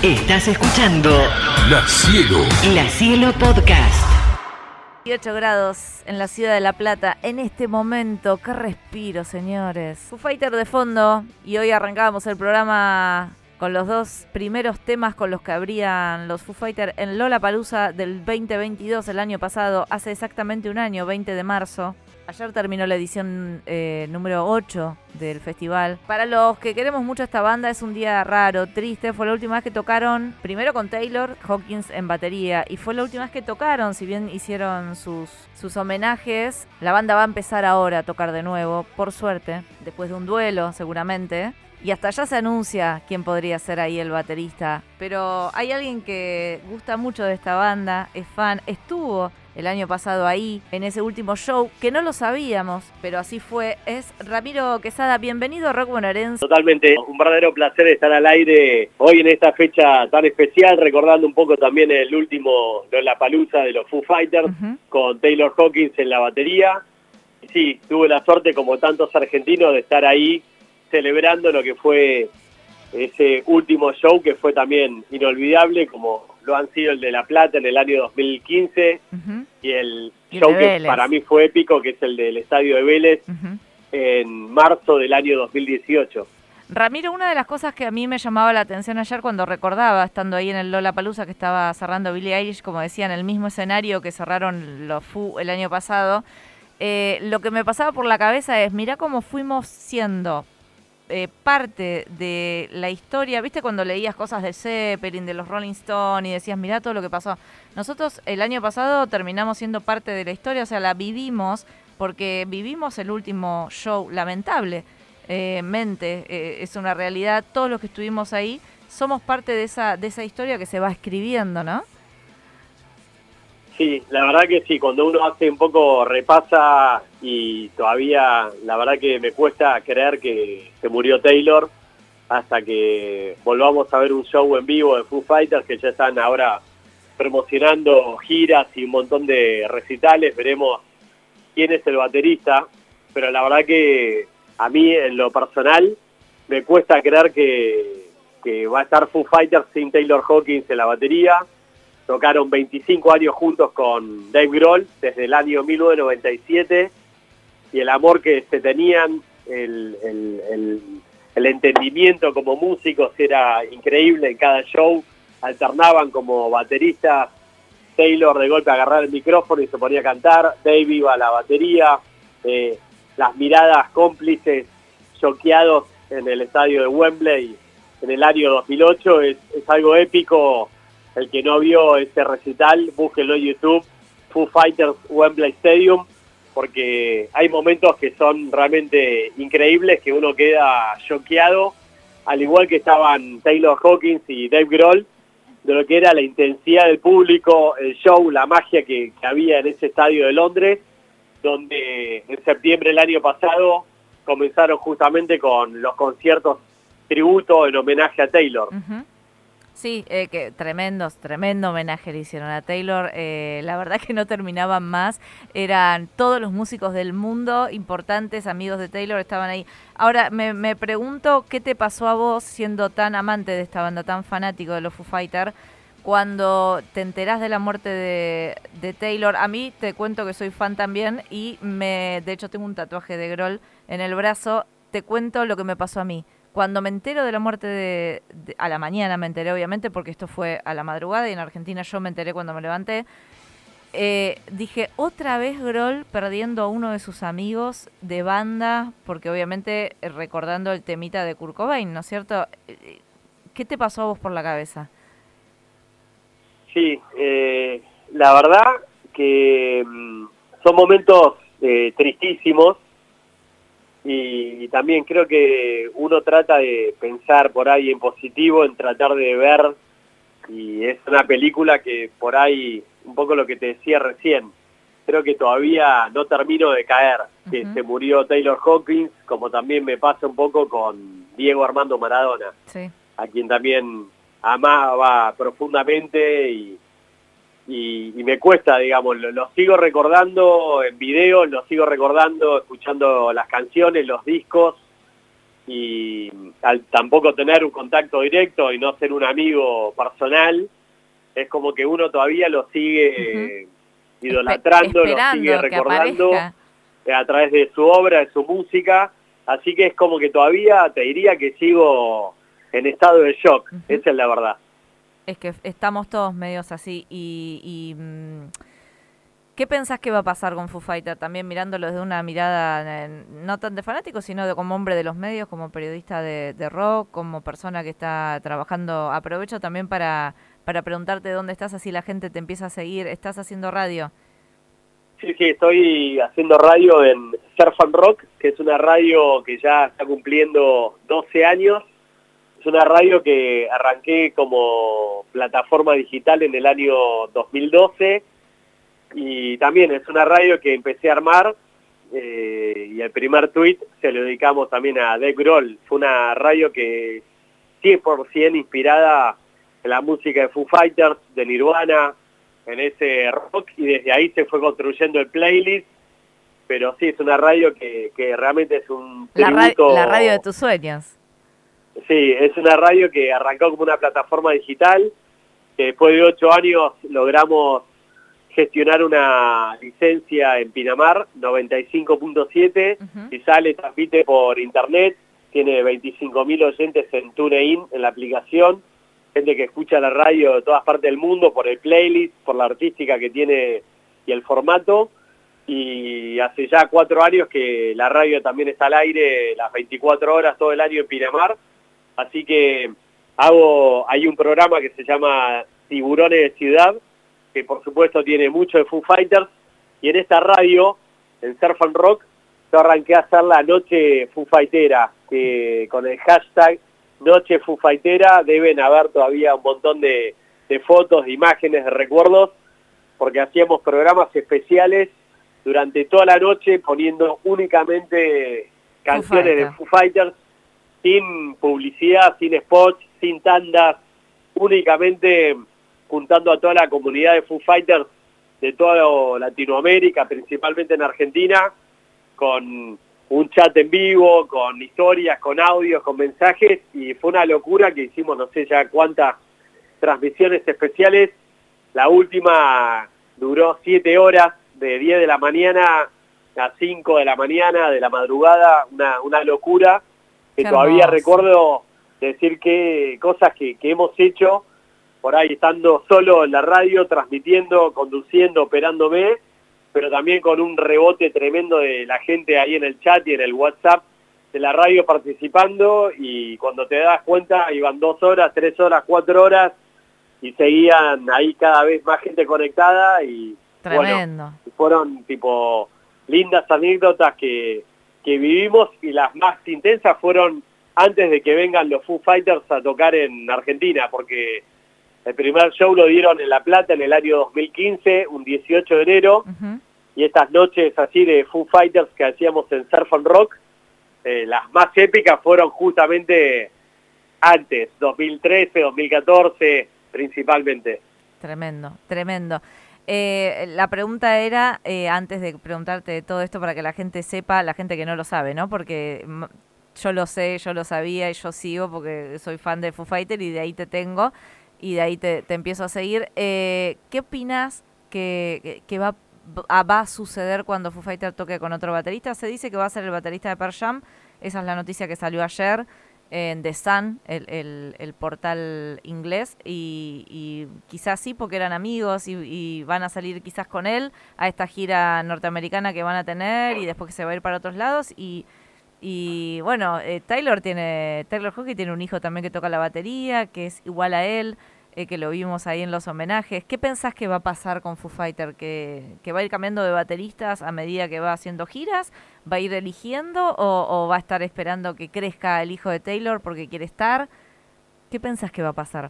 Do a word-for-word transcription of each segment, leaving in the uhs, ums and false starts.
Estás escuchando La Cielo. La Cielo Podcast. dieciocho grados en la ciudad de La Plata. En este momento, qué respiro, señores. Foo Fighter de fondo. Y hoy arrancábamos el programa con los dos primeros temas con los que abrían los Foo Fighter en Lollapalooza del veinte veintidós, el año pasado, hace exactamente un año, veinte de marzo. Ayer terminó la edición eh, número ocho del festival. Para los que queremos mucho esta banda es un día raro, triste. Fue la última vez que tocaron, primero con Taylor Hawkins en batería, y fue la última vez que tocaron, si bien hicieron sus, sus homenajes. La banda va a empezar ahora a tocar de nuevo, por suerte, después de un duelo seguramente. Y hasta ya se anuncia quién podría ser ahí el baterista. Pero hay alguien que gusta mucho de esta banda, es fan, estuvo el año pasado ahí, en ese último show, que no lo sabíamos, pero así fue. Es Ramiro Quesada. Bienvenido a Rock Bonaerense. Totalmente, un verdadero placer estar al aire hoy en esta fecha tan especial, recordando un poco también el último Lollapalooza de los Foo Fighters, uh-huh, con Taylor Hawkins en la batería. Sí, tuve la suerte, como tantos argentinos, de estar ahí celebrando lo que fue ese último show, que fue también inolvidable, como lo han sido el de La Plata en el año dos mil quince, uh-huh, y el y show que para mí fue épico, que es el del Estadio de Vélez, uh-huh, en marzo del año dos mil dieciocho. Ramiro, una de las cosas que a mí me llamaba la atención ayer cuando recordaba, estando ahí en el Lollapalooza, que estaba cerrando Billie Eilish, como decía, en el mismo escenario que cerraron los Foo el año pasado, eh, lo que me pasaba por la cabeza es, mirá cómo fuimos siendo Eh, parte de la historia. ¿Viste cuando leías cosas de Zeppelin, de los Rolling Stones, y decías, mirá todo lo que pasó? Nosotros el año pasado terminamos siendo parte de la historia, o sea, la vivimos, porque vivimos el último show, lamentable, eh, mente, eh, es una realidad. Todos los que estuvimos ahí somos parte de esa, de esa historia que se va escribiendo, ¿no? Sí, la verdad que sí, cuando uno hace un poco, repasa, y todavía la verdad que me cuesta creer que se murió Taylor hasta que volvamos a ver un show en vivo de Foo Fighters, que ya están ahora promocionando giras y un montón de recitales. Veremos quién es el baterista, pero la verdad que a mí en lo personal me cuesta creer que, que va a estar Foo Fighters sin Taylor Hawkins en la batería. Tocaron veinticinco años juntos con Dave Grohl, desde el año mil novecientos noventa y siete, y el amor que se tenían, el, el, el, el entendimiento como músicos era increíble. En cada show alternaban como bateristas. Taylor de golpe agarraba el micrófono y se ponía a cantar, Dave iba a la batería, eh, las miradas cómplices, choqueados en el estadio de Wembley en el año dos mil ocho, es, es algo épico. El que no vio ese recital, búsquenlo en YouTube, Foo Fighters Wembley Stadium, porque hay momentos que son realmente increíbles, que uno queda choqueado, al igual que estaban Taylor Hawkins y Dave Grohl, de lo que era la intensidad del público, el show, la magia que, que había en ese estadio de Londres, donde en septiembre del año pasado comenzaron justamente con los conciertos tributo en homenaje a Taylor. Uh-huh. Sí, eh, que tremendos, tremendo homenaje le hicieron a Taylor. Eh, la verdad que no terminaban más. Eran todos los músicos del mundo importantes, amigos de Taylor, estaban ahí. Ahora, me, me pregunto, ¿qué te pasó a vos, siendo tan amante de esta banda, tan fanático de los Foo Fighters, cuando te enterás de la muerte de, de Taylor? A mí te cuento que soy fan también, y me, de hecho tengo un tatuaje de Grohl en el brazo. Te cuento lo que me pasó a mí. Cuando me entero de la muerte de, de... A la mañana me enteré, obviamente, porque esto fue a la madrugada, y en Argentina yo me enteré cuando me levanté. Eh, dije, otra vez Grohl perdiendo a uno de sus amigos de banda, porque obviamente eh, recordando el temita de Kurt Cobain, ¿no es cierto? ¿Qué te pasó a vos por la cabeza? Sí, eh, la verdad que mm, son momentos eh, tristísimos. Y, y también creo que uno trata de pensar por ahí en positivo, en tratar de ver, y es una película que por ahí, un poco lo que te decía recién, creo que todavía no termino de caer, uh-huh, que se murió Taylor Hawkins, como también me pasa un poco con Diego Armando Maradona, sí, a quien también amaba profundamente, y Y, y me cuesta, digamos, lo, lo sigo recordando en videos, lo sigo recordando escuchando las canciones, los discos, y al tampoco tener un contacto directo y no ser un amigo personal, es como que uno todavía lo sigue uh-huh. idolatrando, Espe- lo sigue recordando a través de su obra, de su música, así que es como que todavía te diría que sigo en estado de shock, uh-huh. esa es la verdad. Es que estamos todos medios así y... y mmm... ¿Qué pensás que va a pasar con Foo Fighters? También mirándolo desde una mirada eh, no tan de fanático, sino de como hombre de los medios, como periodista de, de rock, como persona que está trabajando. Aprovecho también para, para preguntarte dónde estás, así la gente te empieza a seguir. ¿Estás haciendo radio? Sí, sí, estoy haciendo radio en Surf and Rock, que es una radio que ya está cumpliendo doce años. Es una radio que arranqué como plataforma digital en el año dos mil doce. Y también es una radio que empecé a armar eh, y el primer tweet se lo dedicamos también a Dave Grohl. Fue una radio que cien por ciento inspirada en la música de Foo Fighters, de Nirvana, en ese rock, y desde ahí se fue construyendo el playlist. Pero sí, es una radio que, que realmente es un tributo... La, ra- la radio de tus sueños. Sí, es una radio que arrancó como una plataforma digital, que después de ocho años logramos gestionar una licencia en Pinamar, noventa y cinco punto siete, uh-huh. y sale, transmite por internet, tiene veinticinco mil oyentes en TuneIn, en la aplicación, gente que escucha la radio de todas partes del mundo por el playlist, por la artística que tiene y el formato, y hace ya cuatro años que la radio también está al aire las veinticuatro horas todo el año en Pinamar, así que hago, hay un programa que se llama Tiburones de Ciudad, que por supuesto tiene mucho de Foo Fighters, y en esta radio, en Surf and Rock, yo arranqué a hacer la Noche Foo Fightera, que con el hashtag Noche Foo Fightera deben haber todavía un montón de, de fotos, de imágenes, de recuerdos, porque hacíamos programas especiales durante toda la noche poniendo únicamente canciones de Foo Fighters, sin publicidad, sin spots, sin tandas, únicamente juntando a toda la comunidad de Foo Fighters de toda Latinoamérica, principalmente en Argentina, con un chat en vivo, con historias, con audios, con mensajes, y fue una locura que hicimos no sé ya cuántas transmisiones especiales. La última duró siete horas, de diez de la mañana a cinco de la mañana, de la madrugada, una, una locura, que Qué todavía hermoso. Recuerdo decir que cosas que, que hemos hecho, por ahí estando solo en la radio, transmitiendo, conduciendo, operándome, pero también con un rebote tremendo de la gente ahí en el chat y en el WhatsApp de la radio participando, y cuando te das cuenta iban dos horas, tres horas, cuatro horas, y seguían ahí cada vez más gente conectada, y tremendo. Bueno, fueron tipo lindas anécdotas que, que vivimos, y las más intensas fueron antes de que vengan los Foo Fighters a tocar en Argentina, porque el primer show lo dieron en La Plata en el año dos mil quince, un dieciocho de enero, uh-huh. y estas noches así de Foo Fighters que hacíamos en Surf and Rock, eh, las más épicas fueron justamente antes, dos mil trece, dos mil catorce principalmente. Tremendo, tremendo. Eh, la pregunta era, eh, antes de preguntarte de todo esto para que la gente sepa, la gente que no lo sabe, ¿no? Porque yo lo sé, yo lo sabía y yo sigo porque soy fan de Foo Fighters y de ahí te tengo. Y de ahí te, te empiezo a seguir. Eh, ¿Qué opinas que, que, que va, a, va a suceder cuando Foo Fighters toque con otro baterista? Se dice que va a ser el baterista de Pearl Jam. Esa es la noticia que salió ayer en The Sun, el, el, el portal inglés. Y, y quizás sí, porque eran amigos y, y van a salir quizás con él a esta gira norteamericana que van a tener y después que se va a ir para otros lados. Y... Y bueno, eh, Taylor tiene, Taylor Hawkins tiene un hijo también que toca la batería, que es igual a él, eh, que lo vimos ahí en los homenajes. ¿Qué pensás que va a pasar con Foo Fighters? ¿Que, que va a ir cambiando de bateristas a medida que va haciendo giras? ¿Va a ir eligiendo o, o va a estar esperando que crezca el hijo de Taylor porque quiere estar? ¿Qué pensás que va a pasar?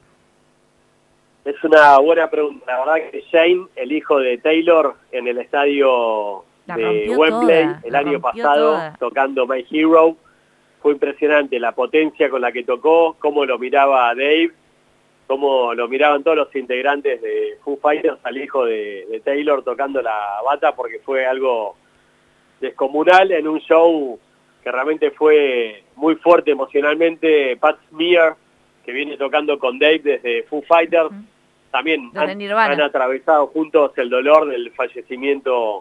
Es una buena pregunta. La verdad que Shane, el hijo de Taylor, en el estadio La de Wembley toda, el la año pasado, toda. tocando My Hero, fue impresionante la potencia con la que tocó, cómo lo miraba Dave, cómo lo miraban todos los integrantes de Foo Fighters al hijo de, de Taylor tocando la bata, porque fue algo descomunal en un show que realmente fue muy fuerte emocionalmente. Pat Smear, que viene tocando con Dave desde Foo Fighters, uh-huh. también han, han atravesado juntos el dolor del fallecimiento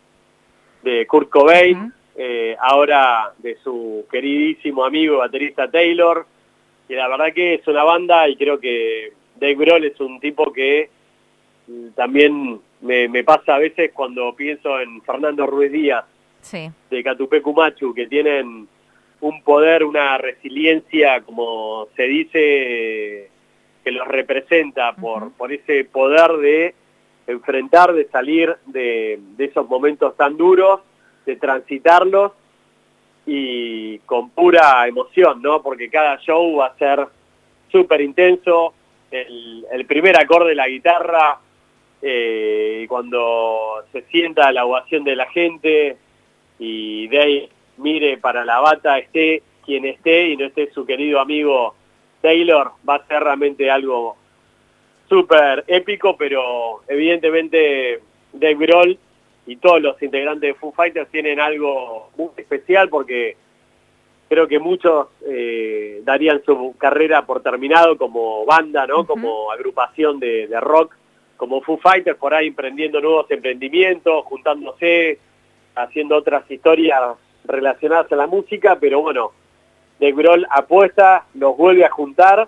de Kurt Cobain, uh-huh. eh, ahora de su queridísimo amigo y baterista Taylor, y la verdad que es una banda, y creo que Dave Grohl es un tipo que también me, me pasa a veces cuando pienso en Fernando Ruiz Díaz, sí. de Catupecu Machu, que tienen un poder, una resiliencia, como se dice, que los representa por, uh-huh. por ese poder de enfrentar, de salir de, de esos momentos tan duros, de transitarlos y con pura emoción, ¿no? Porque cada show va a ser súper intenso, el, el primer acorde de la guitarra, eh, cuando se sienta la ovación de la gente y Dave mire para la bata, esté quien esté y no esté su querido amigo Taylor, va a ser realmente algo súper épico, pero evidentemente Dave Grohl y todos los integrantes de Foo Fighters tienen algo muy especial, porque creo que muchos eh, darían su carrera por terminado como banda, ¿no? Uh-huh. Como agrupación de, de rock, como Foo Fighters, por ahí emprendiendo nuevos emprendimientos, juntándose, haciendo otras historias relacionadas a la música, pero bueno, Dave Grohl apuesta, los vuelve a juntar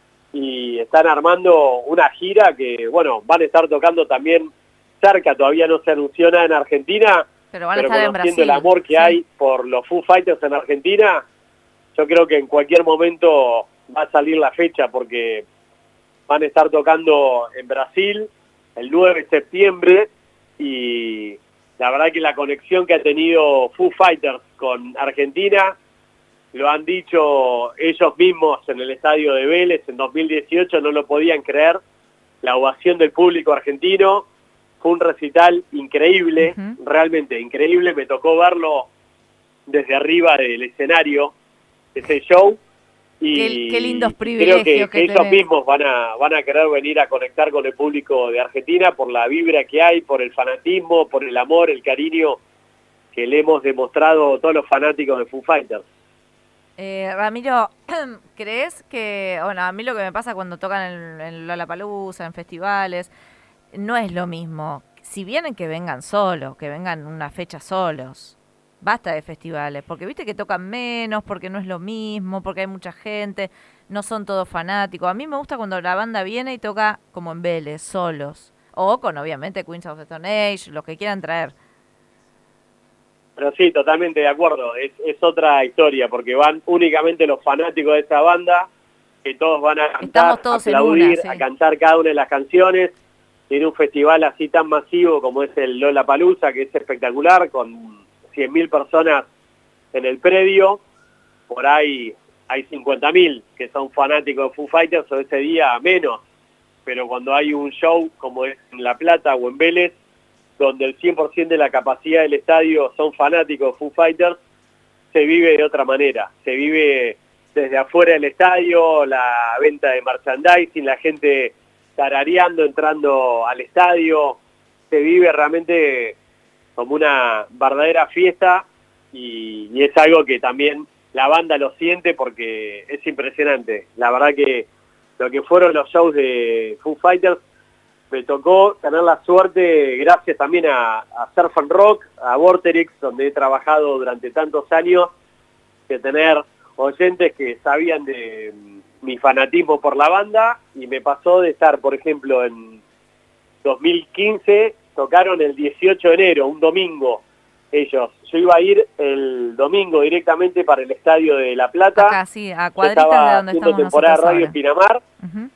y están armando una gira que, bueno, van a estar tocando también cerca, todavía no se anunció nada en Argentina, pero, van a pero estar conociendo en Brasil, el amor que sí. hay por los Foo Fighters en Argentina, yo creo que en cualquier momento va a salir la fecha, porque van a estar tocando en Brasil el nueve de septiembre, y la verdad que la conexión que ha tenido Foo Fighters con Argentina, lo han dicho ellos mismos en el estadio de Vélez en dos mil dieciocho, no lo podían creer, la ovación del público argentino, fue un recital increíble, uh-huh. realmente increíble, me tocó verlo desde arriba del escenario, ese show, y qué, qué lindos privilegios creo que, que ellos mismos van a, van a querer venir a conectar con el público de Argentina por la vibra que hay, por el fanatismo, por el amor, el cariño que le hemos demostrado todos los fanáticos de Foo Fighters. Eh, Ramiro, ¿crees que, bueno, a mí lo que me pasa cuando tocan en, en Lollapalooza, en festivales, no es lo mismo? Si vienen, que vengan solos, que vengan una fecha solos. Basta de festivales, porque viste que tocan menos, porque no es lo mismo, porque hay mucha gente, no son todos fanáticos. A mí me gusta cuando la banda viene y toca como en Vélez, solos. O con, obviamente, Queens of the Stone Age, los que quieran traer. Pero sí, totalmente de acuerdo. Es, es otra historia, porque van únicamente los fanáticos de esa banda, que todos van a cantar, a aplaudir, una, sí. a cantar cada una de las canciones. En un festival así tan masivo como es el Lollapalooza, que es espectacular, con cien mil personas en el predio, por ahí hay cincuenta mil que son fanáticos de Foo Fighters, o ese día menos, pero cuando hay un show como es en La Plata o en Vélez, donde el cien por ciento de la capacidad del estadio son fanáticos de Foo Fighters, se vive de otra manera, se vive desde afuera del estadio, la venta de merchandising, la gente tarareando, entrando al estadio, se vive realmente como una verdadera fiesta, y, y es algo que también la banda lo siente, porque es impresionante. La verdad que lo que fueron los shows de Foo Fighters, me tocó tener la suerte, gracias también a, a Surf and Rock, a Vorterix, donde he trabajado durante tantos años, de tener oyentes que sabían de mi fanatismo por la banda, y me pasó de estar, por ejemplo, en dos mil quince, tocaron el dieciocho de enero, un domingo, ellos. Yo iba a ir el domingo directamente para el estadio de La Plata. Acá, sí, a cuadritas de donde estamos temporada de Radio ahora. en Pinamar, uh-huh.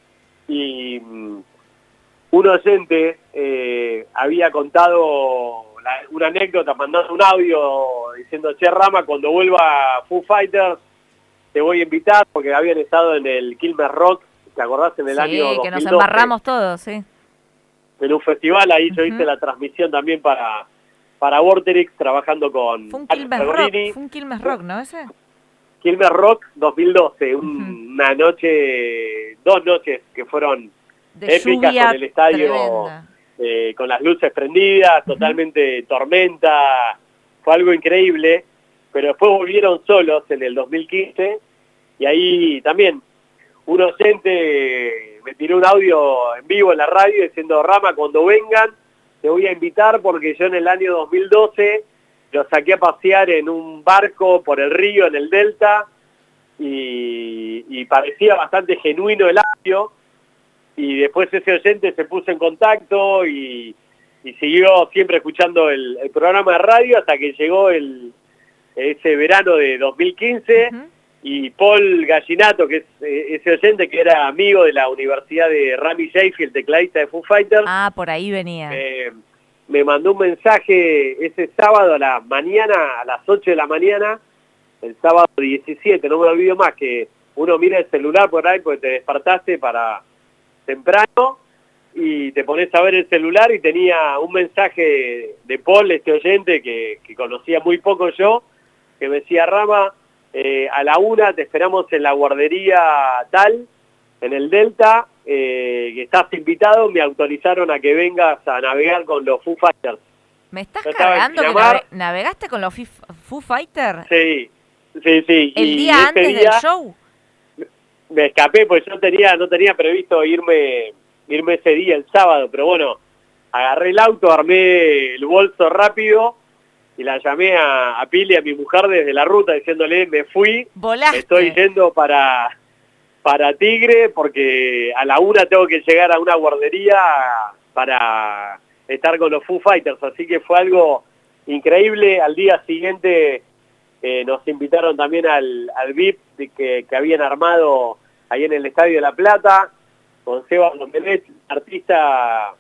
y um, un oyente eh, había contado la, una anécdota, mandando un audio diciendo: che, Rama, cuando vuelva Foo Fighters te voy a invitar, porque habían estado en el Quilmes Rock, ¿te acordás? En el sí, año dos mil doce. Que nos embarramos todos, sí. En un festival, ahí uh-huh. yo hice la transmisión también para, para Vorterix, trabajando con... Fue un Quilmes Rock, fue un Quilmes Rock, ¿no ese? Quilmes Rock dos mil doce, un, uh-huh. una noche, dos noches que fueron de épicas, con el estadio eh, con las luces prendidas, uh-huh. totalmente tormenta, fue algo increíble. pero después volvieron solos en el dos mil quince, y ahí también un oyente me tiró un audio en vivo en la radio diciendo, Rama, cuando vengan te voy a invitar porque yo en el año dos mil doce lo saqué a pasear en un barco por el río, en el delta, y, y parecía bastante genuino el audio, y después ese oyente se puso en contacto y, y siguió siempre escuchando el, el programa de radio hasta que llegó el, ese verano de dos mil quince, uh-huh. Y Paul Gallinato, que es eh, ese oyente que era amigo de la Universidad de Rami Jaffee, el tecladista de Foo Fighters. Ah, por ahí venía. Eh, me mandó un mensaje ese sábado a la mañana, a las ocho de la mañana, el sábado diecisiete, no me olvido más, que uno mira el celular por ahí porque te despertaste para temprano y te pones a ver el celular y tenía un mensaje de Paul, este oyente que, que conocía muy poco yo, que me decía, Rama, eh, a la una te esperamos en la guardería tal, en el Delta, eh, que estás invitado, me autorizaron a que vengas a navegar con los Foo Fighters. ¿Me estás cargando que nave navegaste con los Foo Fighters? Sí, sí, sí. ¿El y día antes día del show? Me escapé porque yo tenía, no tenía previsto irme, irme ese día, el sábado, pero bueno, agarré el auto, armé el bolso rápido y la llamé a, a Pili, a mi mujer, desde la ruta, diciéndole, me fui, Volaste. Estoy yendo para... para Tigre, porque a la una tengo que llegar a una guardería para estar con los Foo Fighters, así que fue algo increíble. Al día siguiente eh, nos invitaron también al, al V I P que, que habían armado ahí en el Estadio de La Plata, con Sebas Domenech, artista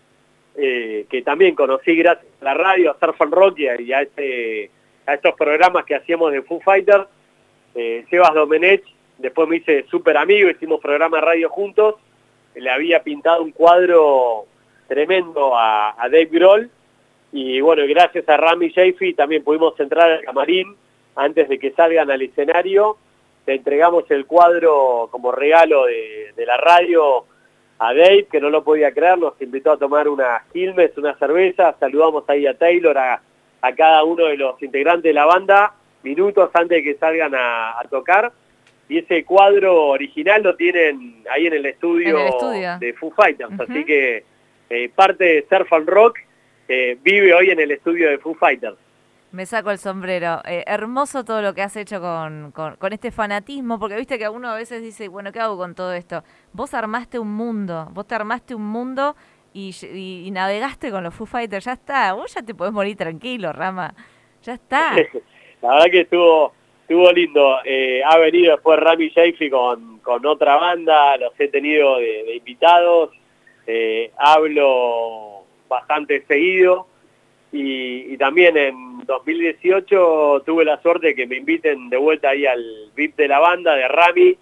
eh, que también conocí gracias a la radio, a Surf and Rock y a, este, a estos programas que hacíamos de Foo Fighters. eh, Sebas Domenech, después me hice súper amigo, hicimos programa de radio juntos, le había pintado un cuadro tremendo a, a Dave Grohl, y bueno, gracias a Rami Jaffee también pudimos entrar al camarín antes de que salgan al escenario. Le entregamos el cuadro como regalo de, de la radio a Dave, que no lo podía creer, nos invitó a tomar unas Quilmes, una cerveza, saludamos ahí a Taylor, a, a cada uno de los integrantes de la banda, minutos antes de que salgan a, a tocar. Y ese cuadro original lo tienen ahí en el estudio, en el estudio. de Foo Fighters, uh-huh. Así que eh, parte de Surf and Rock eh, vive hoy en el estudio de Foo Fighters. Me saco el sombrero. Eh, hermoso todo lo que has hecho con, con, con este fanatismo, porque viste que uno a veces dice, bueno, ¿qué hago con todo esto? Vos armaste un mundo, vos te armaste un mundo y, y, y navegaste con los Foo Fighters, ya está, vos ya te podés morir tranquilo, Rama, ya está. La verdad que estuvo... Estuvo lindo, eh, ha venido después Rami Jaffee con, con otra banda, los he tenido de, de invitados, eh, hablo bastante seguido y, y también en dos mil dieciocho tuve la suerte de que me inviten de vuelta ahí al V I P de la banda, de Rami,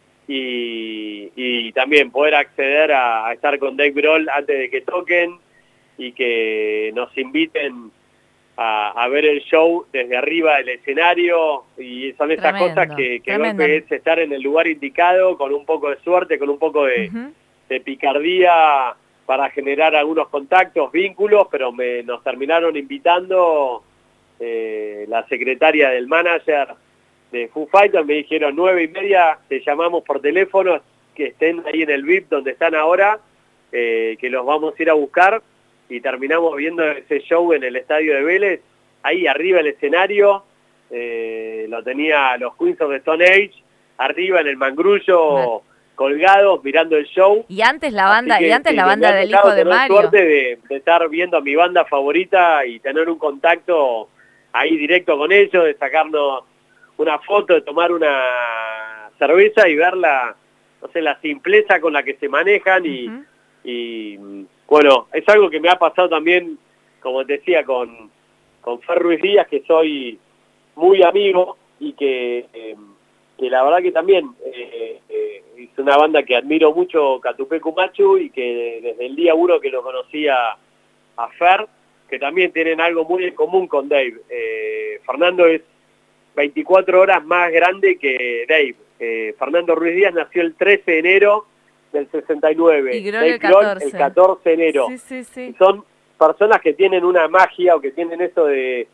y, y también poder acceder a, a estar con Dave Grohl antes de que toquen y que nos inviten A, a ver el show desde arriba del escenario, y son esas tremendo, cosas que, que golpe es estar en el lugar indicado, con un poco de suerte, con un poco de, uh-huh. de picardía para generar algunos contactos, vínculos, pero me, nos terminaron invitando eh, la secretaria del manager de Foo Fighters, me dijeron nueve y media, te llamamos por teléfono, que estén ahí en el V I P donde están ahora, eh, que los vamos a ir a buscar. Y terminamos viendo ese show en el estadio de Vélez, ahí arriba el escenario, eh, lo tenía los Queens of the Stone Age, arriba en el mangrullo, colgados, mirando el show. Y antes la banda, que, y antes sí, la banda del hijo de Mario. Suerte de, de estar viendo a mi banda favorita y tener un contacto ahí directo con ellos, de sacarnos una foto, de tomar una cerveza y ver la, no sé, la simpleza con la que se manejan y... Uh-huh. y bueno, es algo que me ha pasado también, como te decía, con, con Fer Ruiz Díaz, que soy muy amigo y que, eh, que la verdad que también eh, eh, es una banda que admiro mucho, Catupecu Machu, y que desde el día uno que lo conocía a Fer, que también tienen algo muy en común con Dave. Eh, Fernando es veinticuatro horas más grande que Dave. Eh, Fernando Ruiz Díaz nació el trece de enero del sesenta y nueve, y Grohl el catorce. el catorce de enero. Sí, sí, sí. Son personas que tienen una magia o que tienen eso de,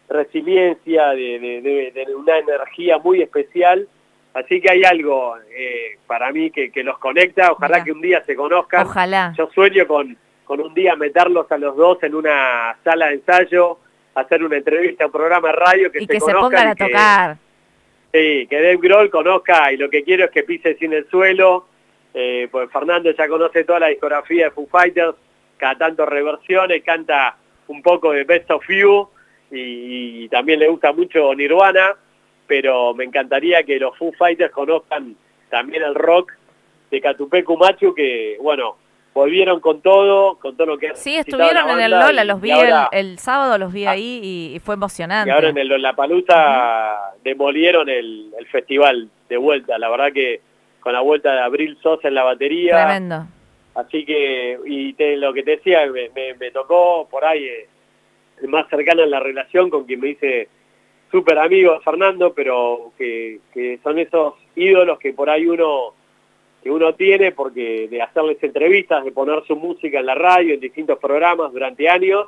resiliencia, de, de, de, de una energía muy especial. Así que hay algo eh, para mí que, que los conecta. Ojalá Mira. que un día se conozcan. Ojalá. Yo sueño con, con un día meterlos a los dos en una sala de ensayo, hacer una entrevista, un programa de radio, que y se que conozcan. se pongan a que, tocar. Sí, que Dave Grohl conozca, y lo que quiero es que pise sin el suelo, eh, pues Fernando ya conoce toda la discografía de Foo Fighters, cada tanto reversiones, canta un poco de Best of You, y, y también le gusta mucho Nirvana, pero me encantaría que los Foo Fighters conozcan también el rock de Catupecu Machu, que, bueno, volvieron con todo, con todo lo que... Sí, estuvieron en el Lola, los vi ahora, el, el sábado, los vi ah, ahí y, y fue emocionante. Y ahora en el Lollapalooza uh-huh. demolieron el, el festival de vuelta, la verdad que con la vuelta de Abril Sosa en la batería. Tremendo. Así que, y te, lo que te decía, me, me, me tocó por ahí, eh, más cercana en la relación con quien me dice súper amigo Fernando, pero que, que son esos ídolos que por ahí uno que uno tiene, porque de hacerles entrevistas, de poner su música en la radio, en distintos programas durante años,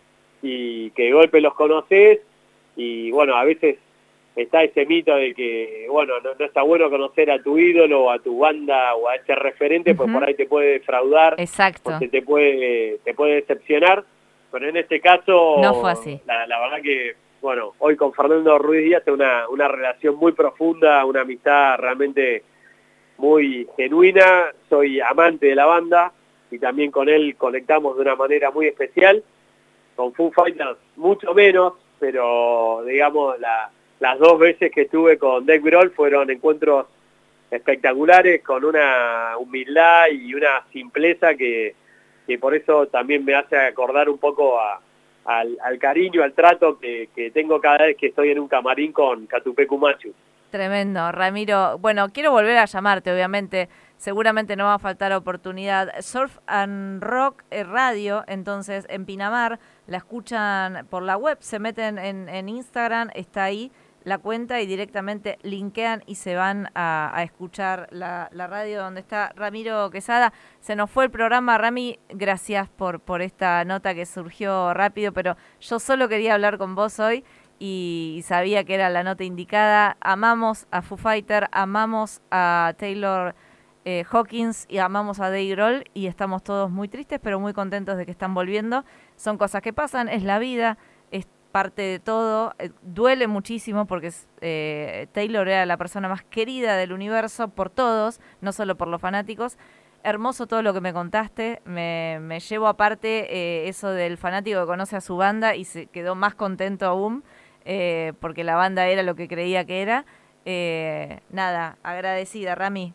y que de golpe los conoces, y bueno, a veces está ese mito de que, bueno, no, no está bueno conocer a tu ídolo, o a tu banda, o a ese referente, uh-huh. pues por ahí te puede defraudar. Exacto. O te puede, te puede decepcionar, pero en este caso, no fue así. La, la verdad que, bueno, hoy con Fernando Ruiz Díaz tengo una, una relación muy profunda, una amistad realmente muy genuina. Soy amante de la banda y también con él conectamos de una manera muy especial. Con Foo Fighters mucho menos, pero digamos la, las dos veces que estuve con Dave Grohl fueron encuentros espectaculares, con una humildad y una simpleza que, que por eso también me hace acordar un poco a, al, al cariño, al trato que, que tengo cada vez que estoy en un camarín con Catupecu Machu. Tremendo, Ramiro. Bueno, quiero volver a llamarte, obviamente. Seguramente no va a faltar oportunidad. Surf and Rock Radio, entonces, en Pinamar, la escuchan por la web, se meten en, en Instagram, está ahí la cuenta y directamente linkean y se van a, a escuchar la, la radio donde está Ramiro Quesada. Se nos fue el programa, Rami, gracias por, por esta nota que surgió rápido, pero yo solo quería hablar con vos hoy. Y sabía que era la nota indicada. Amamos a Foo Fighter, amamos a Taylor eh, Hawkins y amamos a Dave Grohl y estamos todos muy tristes pero muy contentos de que están volviendo. Son cosas que pasan, es la vida, es parte de todo. Eh, duele muchísimo porque eh, Taylor era la persona más querida del universo por todos, no solo por los fanáticos. Hermoso todo lo que me contaste, me, me llevo aparte eh, eso del fanático que conoce a su banda y se quedó más contento aún. Eh, porque la banda era lo que creía que era. Eh, nada, agradecida, Rami.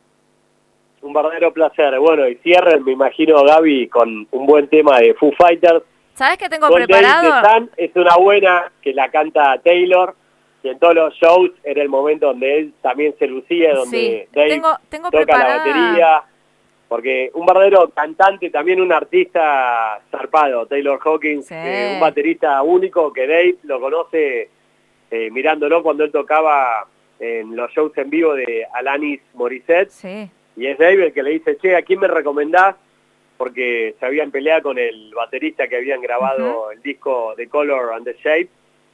Un verdadero placer. Bueno, y cierren, me imagino, Gaby, con un buen tema de Foo Fighters. ¿Sabes qué tengo Gold preparado? Days de Sun es una buena que la canta Taylor, y en todos los shows era el momento donde él también se lucía, donde sí, Dave tengo, tengo toca preparada... la batería. Porque un verdadero cantante, también un artista zarpado, Taylor Hawkins, sí. eh, un baterista único que Dave lo conoce eh, mirándolo cuando él tocaba en los shows en vivo de Alanis Morissette. Sí. Y es Dave el que le dice, che, ¿a quién me recomendás? Porque se habían peleado con el baterista que habían grabado uh-huh. el disco The Color and the Shape.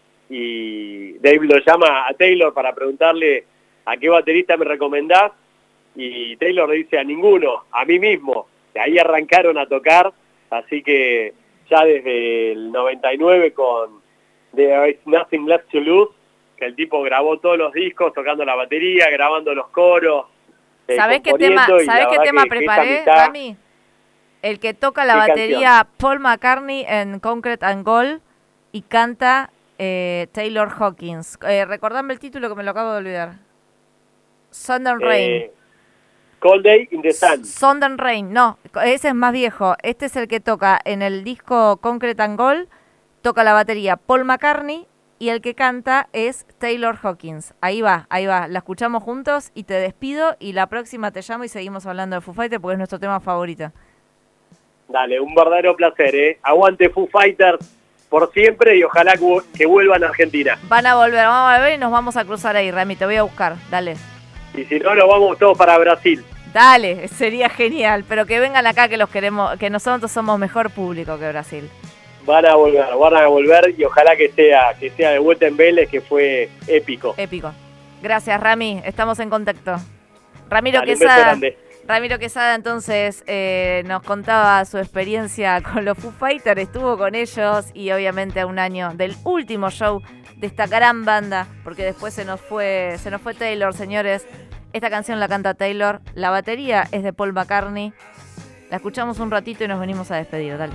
Y Dave lo llama a Taylor para preguntarle, ¿a qué baterista me recomendás? Y Taylor le dice a ninguno, a mí mismo. De ahí arrancaron a tocar, así que ya desde el noventa y nueve con There Is Nothing Left to Lose, que el tipo grabó todos los discos tocando la batería, grabando los coros. Eh, ¿Sabés qué tema, ¿sabés qué tema que, preparé, mitad, Rami? El que toca la batería canción? Paul McCartney en Concrete and Gold y canta eh, Taylor Hawkins. Eh, recordame el título que me lo acabo de olvidar. Southern Rain. Eh, Cold Day in the Sun. Southern Rain, no, ese es más viejo. Este es el que toca en el disco Concrete and Gold, toca la batería Paul McCartney y el que canta es Taylor Hawkins. Ahí va, ahí va, la escuchamos juntos y te despido y la próxima te llamo y seguimos hablando de Foo Fighters porque es nuestro tema favorito. Dale, un verdadero placer, ¿eh? Aguante Foo Fighters por siempre y ojalá que vuelvan a Argentina. Van a volver, vamos a volver y nos vamos a cruzar ahí, Rami, te voy a buscar, dale. Y si no, nos vamos todos para Brasil. Dale, sería genial, pero que vengan acá que los queremos, que nosotros somos mejor público que Brasil. van a volver, van a volver y ojalá que sea, que sea de vuelta en Vélez, que fue épico. Épico. Gracias, Rami. Estamos en contacto. Ramiro Dale, un beso Quesada. grande. Ramiro Quesada entonces eh, nos contaba su experiencia con los Foo Fighters, estuvo con ellos y obviamente a un año del último show de esta gran banda, porque después se nos fue, se nos fue Taylor, señores. Esta canción la canta Taylor, la batería es de Paul McCartney. La escuchamos un ratito y nos venimos a despedir, dale.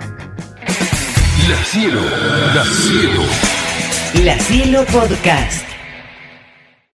La Cielo, La Cielo. La Cielo Podcast.